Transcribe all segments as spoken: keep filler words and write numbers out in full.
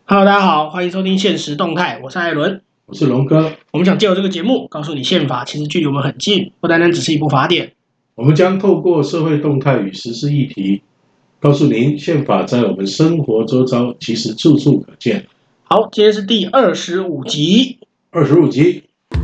Hello，大家好，欢迎收听现实动态，我是艾伦， 我是龙哥。 我们想借由这个节目，告诉你宪法其实距离我们很近，不单单只是一部法典。 我们将透过社会动态与时事议题，告诉您宪法在我们生活周遭其实处处可见。 好，今天是第二十五集。 二十五集。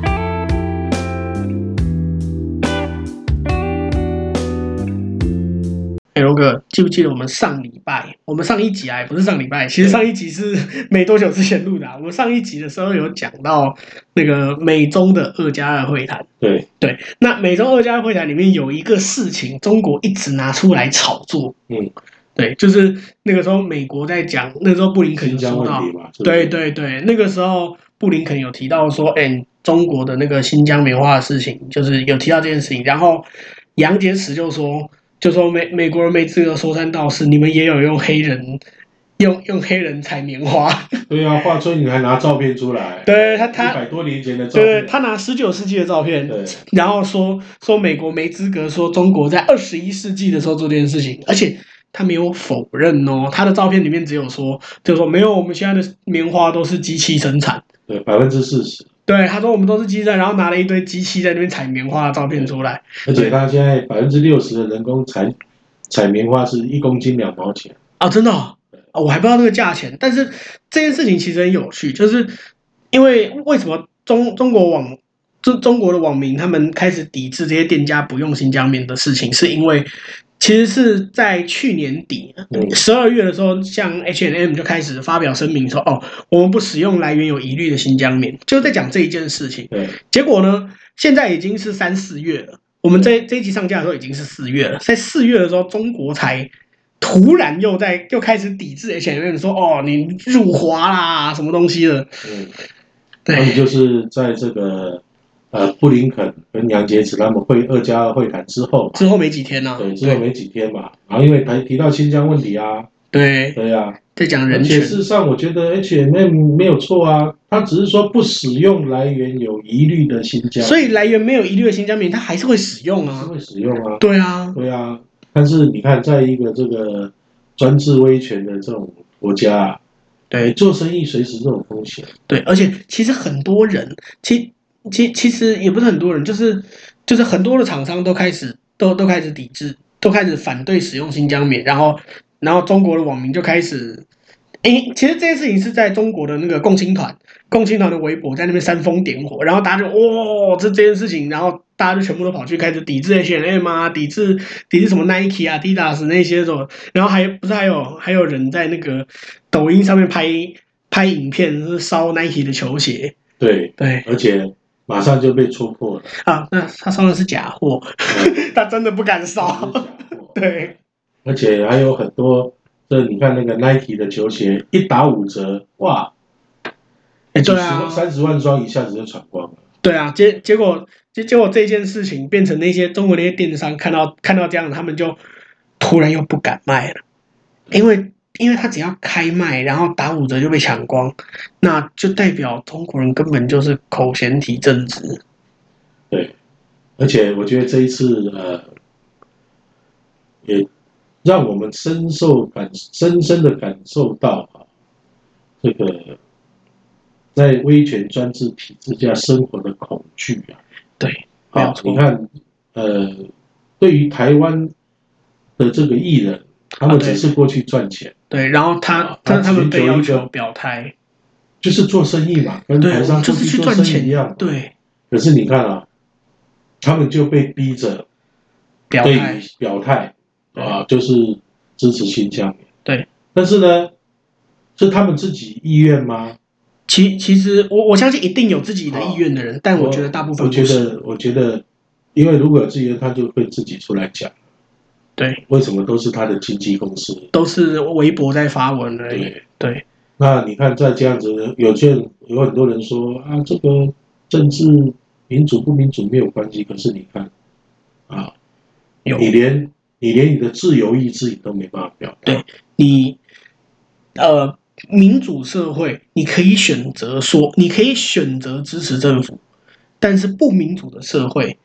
哎，龙哥，记不记得我们上礼拜，我们上一集啊，不是上礼拜，其实上一集是没多久之前录的、啊。我们上一集的时候有讲到那个美中的二加二会谈。 对对，那美中二加二会谈里面有一个事情，中国一直拿出来炒作。 嗯， 对，就是那个时候美国在讲，那个时候布林肯有说到，对对对，那个时候布林肯有提到说，哎，中国的那个新疆棉花的事情，就是有提到这件事情，然后杨洁篪就说。就说美美国人没资格说三道四，你们也有用黑人用用黑人采棉花。 对啊，华春莹还拿照片出来， 对他他一百多年前的照片， 对他拿十九世纪的照片， 对， 然后说说美国没资格说中国在二十一世纪的时候做这件事情，而且他没有否认哦，他的照片里面只有说，就说没有，我们现在的棉花都是机器生产， 对，百分之四十。 对，他说我们都是机器，然后拿了一堆机器在那边采棉花的照片出来， 而且他现在百分之六十的人工采采棉花是一公斤两毛钱啊、哦，真的、哦。哦，我还不知道那个价钱，但是这件事情其实很有趣，就是因为为什么中中国网中中国的网民他们开始抵制这些店家不用新疆棉的事情，是因为其实是在去年底十二月的时候，像 H and M 就开始发表声明说，哦，我们不使用来源有疑虑的新疆棉，就在讲这一件事情。 对， 结果呢，现在已经是三四月了，我们这这一集上架的时候已经是四月了，在四月的时候，中国才。突然又在又开始抵制 H and M 说哦你入华啦什么东西的， 嗯， 对， 他们就是在这个呃布林肯跟杨洁篪他们会二加二会谈之后， 之后没几天呢、啊， 对，之后没几天嘛，然后因为提提到新疆问题啊， 对对啊， 在讲人权， 而且事实上我觉得 H and M 没有错啊，他只是说不使用来源有疑虑的新疆， 所以来源没有疑虑的新疆棉，它还是会使用啊， 是会使用啊， 对啊， 对啊。但是你看，在一个这个专制威权的这种国家啊， 对， 做生意随时都有风险。 对，而且其实很多人，其其其实也不是很多人，就是就是很多的厂商都开始都都开始抵制，都开始反对使用新疆棉，然后然后中国的网民就开始。诶，其实这件事情是在中国的那个共青团，共青团的微博在那边煽风点火，然后大家就哇、哦，这这件事情，然后大家就全部都跑去开始抵制 H and M 啊，抵制抵制什么 Nike 啊、Adidas 那些什么，然后还不是还有还有人在那个抖音上面拍拍影片，是烧 Nike 的球鞋， 对对， 而且马上就被戳破了啊，那他烧的是假货，他真的不敢烧，对， 而且还有很多。这你看那个 Nike 的球鞋一打五折，哇！ 哎，对啊， 三十万双一下子就闯光了。 对啊，结结果结结果这件事情变成那些中国那些电商看到看到这样，他们就突然又不敢卖了，因为因为他只要开卖，然后打五折就被抢光，那就代表中国人根本就是口嫌体正直。 对，而且我觉得这一次呃，也。让我们深受感深深的感受到啊，这个在威权专制体制下生活的恐惧啊。 对， 啊，你看，呃，对于台湾的这个艺人，他们只是过去赚钱。 对，然后他、啊、他他们被要求表态， 就是做生意嘛，跟台商出去做生意一样。 对。 可是你看啊，他们就被逼着表态表态。啊，就是支持新疆棉。 对， 但是呢，是他们自己意愿吗？ 其其实我我相信一定有自己的意愿的人，但我觉得大部分我觉得，我觉得，因为如果有自己愿，他就会自己出来讲。 对， 为什么都是他的经纪公司？ 都是微博在发文而已。 对对。 那你看，再这样子，有些人有很多人说啊，这个政治民主不民主没有关系，可是你看，啊，你连。你连你的自由意志你都没办法表达。 对你，呃，民主社会你可以选择说，你可以选择支持政府，但是不民主的社会，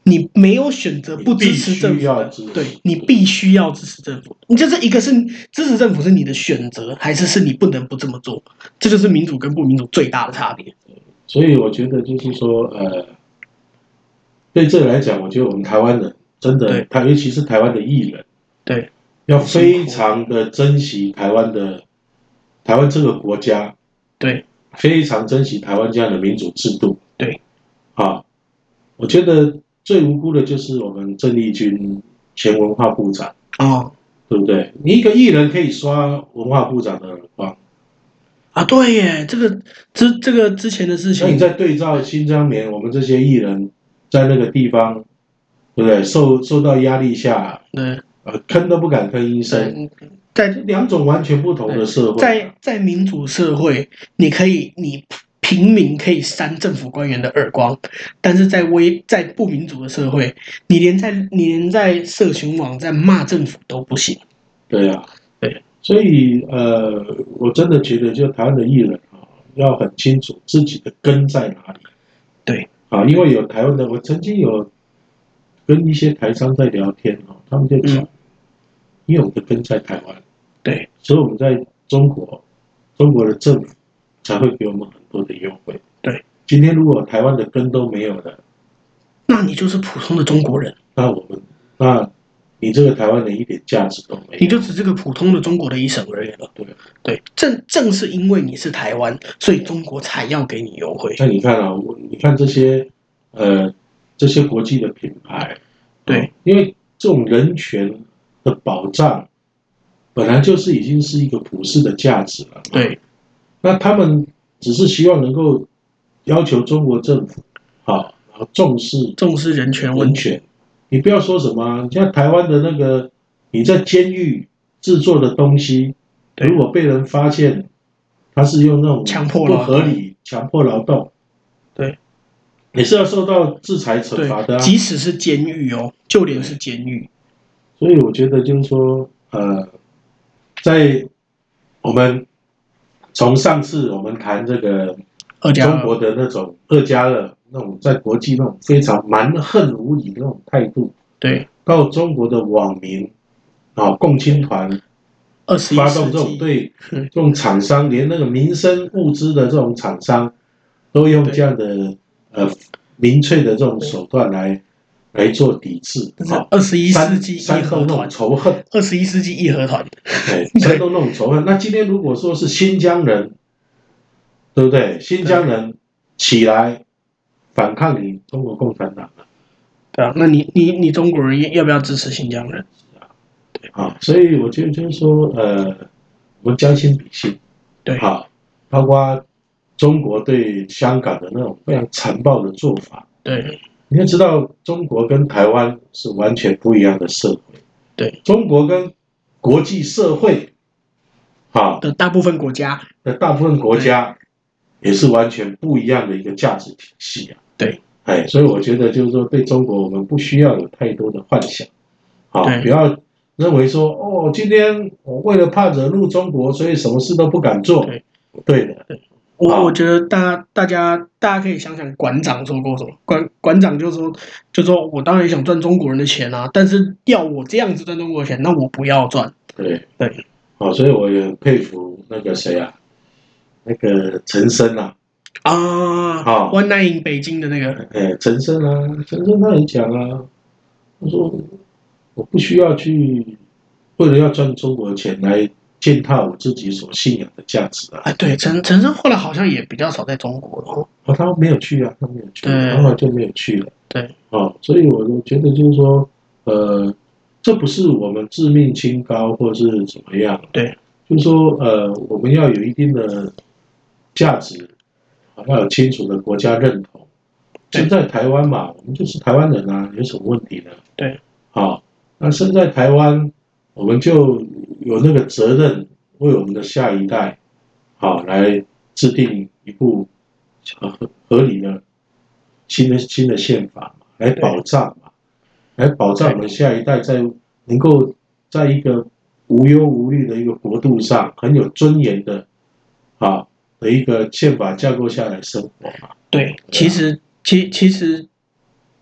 你没有选择不支持政府的，对，你必须要支持政府。你就是一个是支持政府是你的选择，还是是你不能不这么做？这就是民主跟不民主最大的差别。 所以我觉得就是说，呃，对这来讲，我觉得我们台湾人真的，他尤其是台湾的艺人， 对， 要非常的珍惜台湾的台湾这个国家， 对， 非常珍惜台湾这样的民主制度， 对， 啊，我觉得最无辜的就是我们郑丽君前文化部长， 哦， 对不对？你一个艺人可以刷文化部长的耳光啊，对耶，这个之这个之前的事情， 那你再对照新疆棉，我们这些艺人在那个地方，对不对？受受到压力下， 对， 呃，吭都不敢吭一声，在两种完全不同的社会， 在在民主社会，你可以你平民可以扇政府官员的耳光，但是在微在不民主的社会，你连在你连在社群网站骂政府都不行。 对啊， 对， 所以呃，我真的觉得，就台湾的艺人啊，要很清楚自己的根在哪里。 对啊，因为有台湾的，我曾经有跟一些台商在聊天啊，他们就讲，嗯、因为我们的根在台湾， 对， 所以我们在中国，中国的政府才会给我们很多的优惠。 对， 今天如果台湾的根都没有了， 那你就是普通的中国人。 那我们那。你这个台湾人一点价值都没有， 你就只是个普通的中国的一省而已了。 对对，正正是因为你是台湾，所以中国才要给你优惠。 那你看啊，你看这些呃这些国际的品牌， 对、 哦，因为这种人权的保障本来就是已经是一个普世的价值了。 对， 那他们只是希望能够要求中国政府啊，然后重视重视人权问题。 你不要说什么，像台湾的那个你在监狱制作的东西，如果被人发现，他是用那种强迫不合理强迫劳动， 对， 也是要受到制裁惩罚的、啊。 即使是监狱哦，就连是监狱。 所以我觉得就是说，呃，在我们从上次我们谈这个中国的那种二加二。那种在国际那种非常蛮横无理的那种态度， 对， 到中国的网民啊，共青团发动这种对这种厂商，连那个民生物资的这种厂商，都用这样的呃民粹的这种手段来来做抵制。 啊，二十一世纪义和团仇恨， 二十一世纪义和团， 对，煽动那种仇恨。那今天如果说是新疆人，对不对？新疆人起来。反抗你中国共产党了， 对啊，那你你你中国人要不要支持新疆人？ 啊，对啊，所以我觉得就是说，呃，我们将心比心， 对， 啊，包括中国对香港的那种非常残暴的做法， 对， 你要知道，中国跟台湾是完全不一样的社会， 对， 中国跟国际社会，啊的大部分国家的大部分国家。也是完全不一样的一个价值体系啊！ 对， 哎，所以我觉得就是说，对中国我们不需要有太多的幻想，啊，不要认为说哦，今天我为了怕惹怒中国，所以什么事都不敢做。 对， 对的。 对，我我觉得大家大家大家可以想想，馆长说过什么？馆馆长就说就说我当然想赚中国人的钱啊，但是要我这样子赚中国的钱，那我不要赚。 对对， 好，所以我也很佩服那个谁啊。那个陈升啊， 啊，啊 ，One Night in 北京的那个， 哎，陈升啊，陈升他也讲啊，他说我不需要去为了要赚中国的钱来践踏我自己所信仰的价值啊。 哎，对，陈陈升后来好像也比较少在中国了哦。 哦，他没有去啊，他没有去，后来就没有去了。 对， 哦，所以我觉得就是说，呃，这不是我们自命清高或是怎么样， 对， 就是说，呃，我们要有一定的。价值，要有清楚的国家认同。身在台湾嘛，我们就是台湾人啊，有什么问题呢？ 对， 好，那身在台湾，我们就有那个责任，为我们的下一代，好来制定一部合合理的新的新的宪法嘛，来保障嘛，来保障我们下一代在能够在一个无忧无虑的一个国度上，很有尊严的，啊。的一个宪法架构下来生活嘛？ 对，其实其其实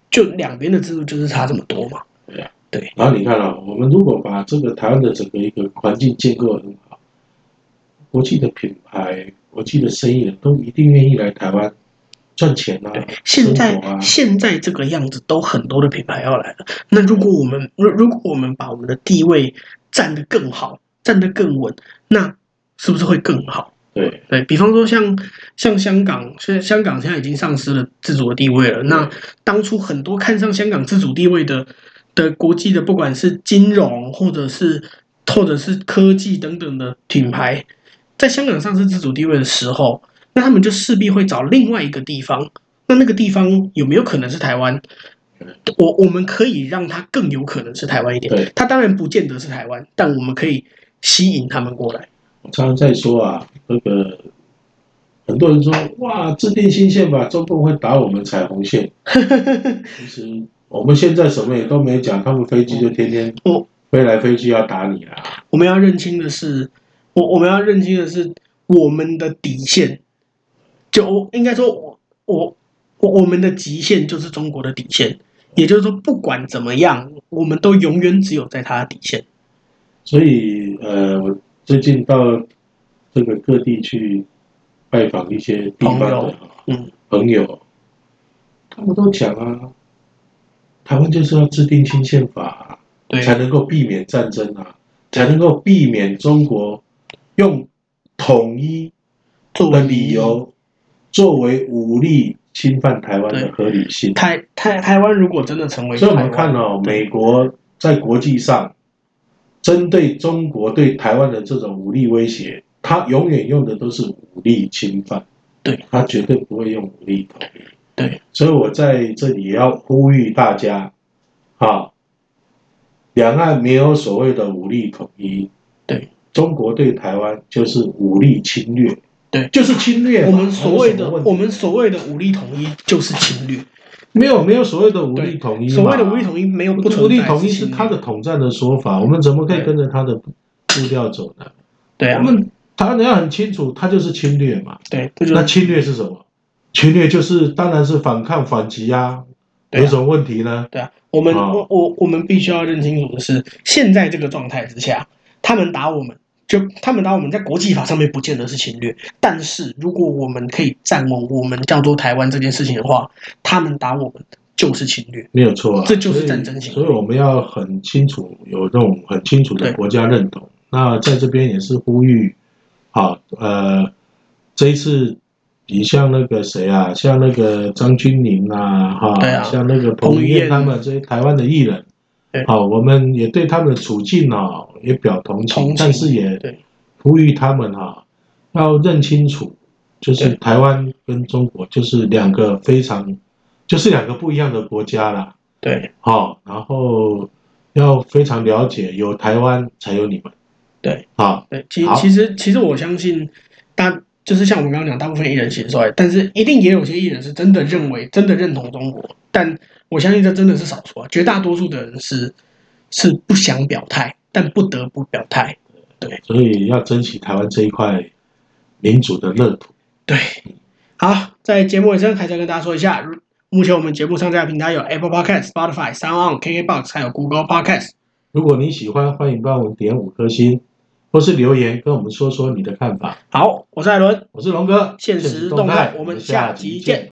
就两边的制度就是差这么多嘛。 对啊， 对。 然后你看啊，我们如果把这个台湾的整个一个环境建构得很好，国际的品牌、国际的生意人都一定愿意来台湾赚钱啊， 对，现在、 生活啊。 现在这个样子，都很多的品牌要来了。那如果我们如如果我们把我们的地位站得更好，站得更稳，那是不是会更好？ 对对，比方说像像香港，现在香港现在已经丧失了自主的地位了。那当初很多看上香港自主地位的的国际的，不管是金融或者是或者是科技等等的品牌，在香港丧失自主地位的时候，那他们就势必会找另外一个地方。那那个地方有没有可能是台湾？我我们可以让它更有可能是台湾一点。它当然不见得是台湾，但我们可以吸引他们过来。 我常常在说啊，那个很多人说哇，制定新宪法，中共会打我们彩虹线。其实我们现在什么也都没讲，他们飞机就天天飞来飞去要打你啊。 我们要认清的是，我我们要认清的是我们的底线，就应该说我我我我们的极限就是中国的底线，也就是说不管怎么样，我们都永远只有在它的底线。 所以呃，我最近到这个各地去拜访一些地方的朋友，嗯、他们都讲啊，台湾就是要制定新宪法、啊，才能够避免战争啊，才能够避免中国用统一的理由作为武力侵犯台湾的合理性。 台台台湾如果真的成为， 所以我们看哦，美国在国际上针对中国对台湾的这种武力威胁，他永远用的都是武力侵犯， 对， 他绝对不会用武力统一。 对， 所以我在这里也要呼吁大家，啊，两岸没有所谓的武力统一， 对， 中国对台湾就是武力侵略， 对， 就是侵略。 我们所谓的我们所谓的武力统一就是侵略。 没有没有所谓的武力统一嘛， 所谓的武力统一没有不存在。 武力统一是他的统战的说法，我们怎么可以跟着他的步调走呢？ 对啊， 我们台湾人要很清楚，他就是侵略嘛。 对， 那侵略是什么？侵略就是当然是反抗反击啊，有什么问题呢？ 对啊，我们、哦、我我我们必须要认清楚的是，现在这个状态之下，他们打我们。就他们打我们在国际法上面不见得是侵略，但是如果我们可以站稳我们叫做台湾这件事情的话，他们打我们就是侵略， 没有错、啊， 这就是战争行为。 所以我们要很清楚，有这种很清楚的国家认同。那在这边也是呼吁，好，呃，这一次你像那个谁啊，像那个张钧甯啊，哈， 对啊， 像那个彭于晏他们这些台湾的艺人。好，我们也对他们的处境啊也表同情，同但是也呼吁他们啊要认清楚，就是台湾跟中国就是两个非常，就是两个不一样的国家啦。 对， 好，然后要非常了解，有台湾才有你们。 对， 好， 对，其其实其实我相信，大就是像我们刚刚讲，大部分艺人写出来，但是一定也有些艺人是真的认为、真的认同中国，但。我相信这真的是少数啊，绝大多数的人是是不想表态，但不得不表态。对， 所以要珍惜台湾这一块民主的乐土。 对，好，在节目尾声还是要跟大家说一下，目前我们节目上架的平台有 Apple Podcast、Spotify、SoundOn、K K Box 还有 Google Podcast。 如果你喜欢，欢迎帮我们点五颗星，或是留言跟我们说说你的看法。 好，我是艾伦， 我是龙哥， 现实动态，我们下集见。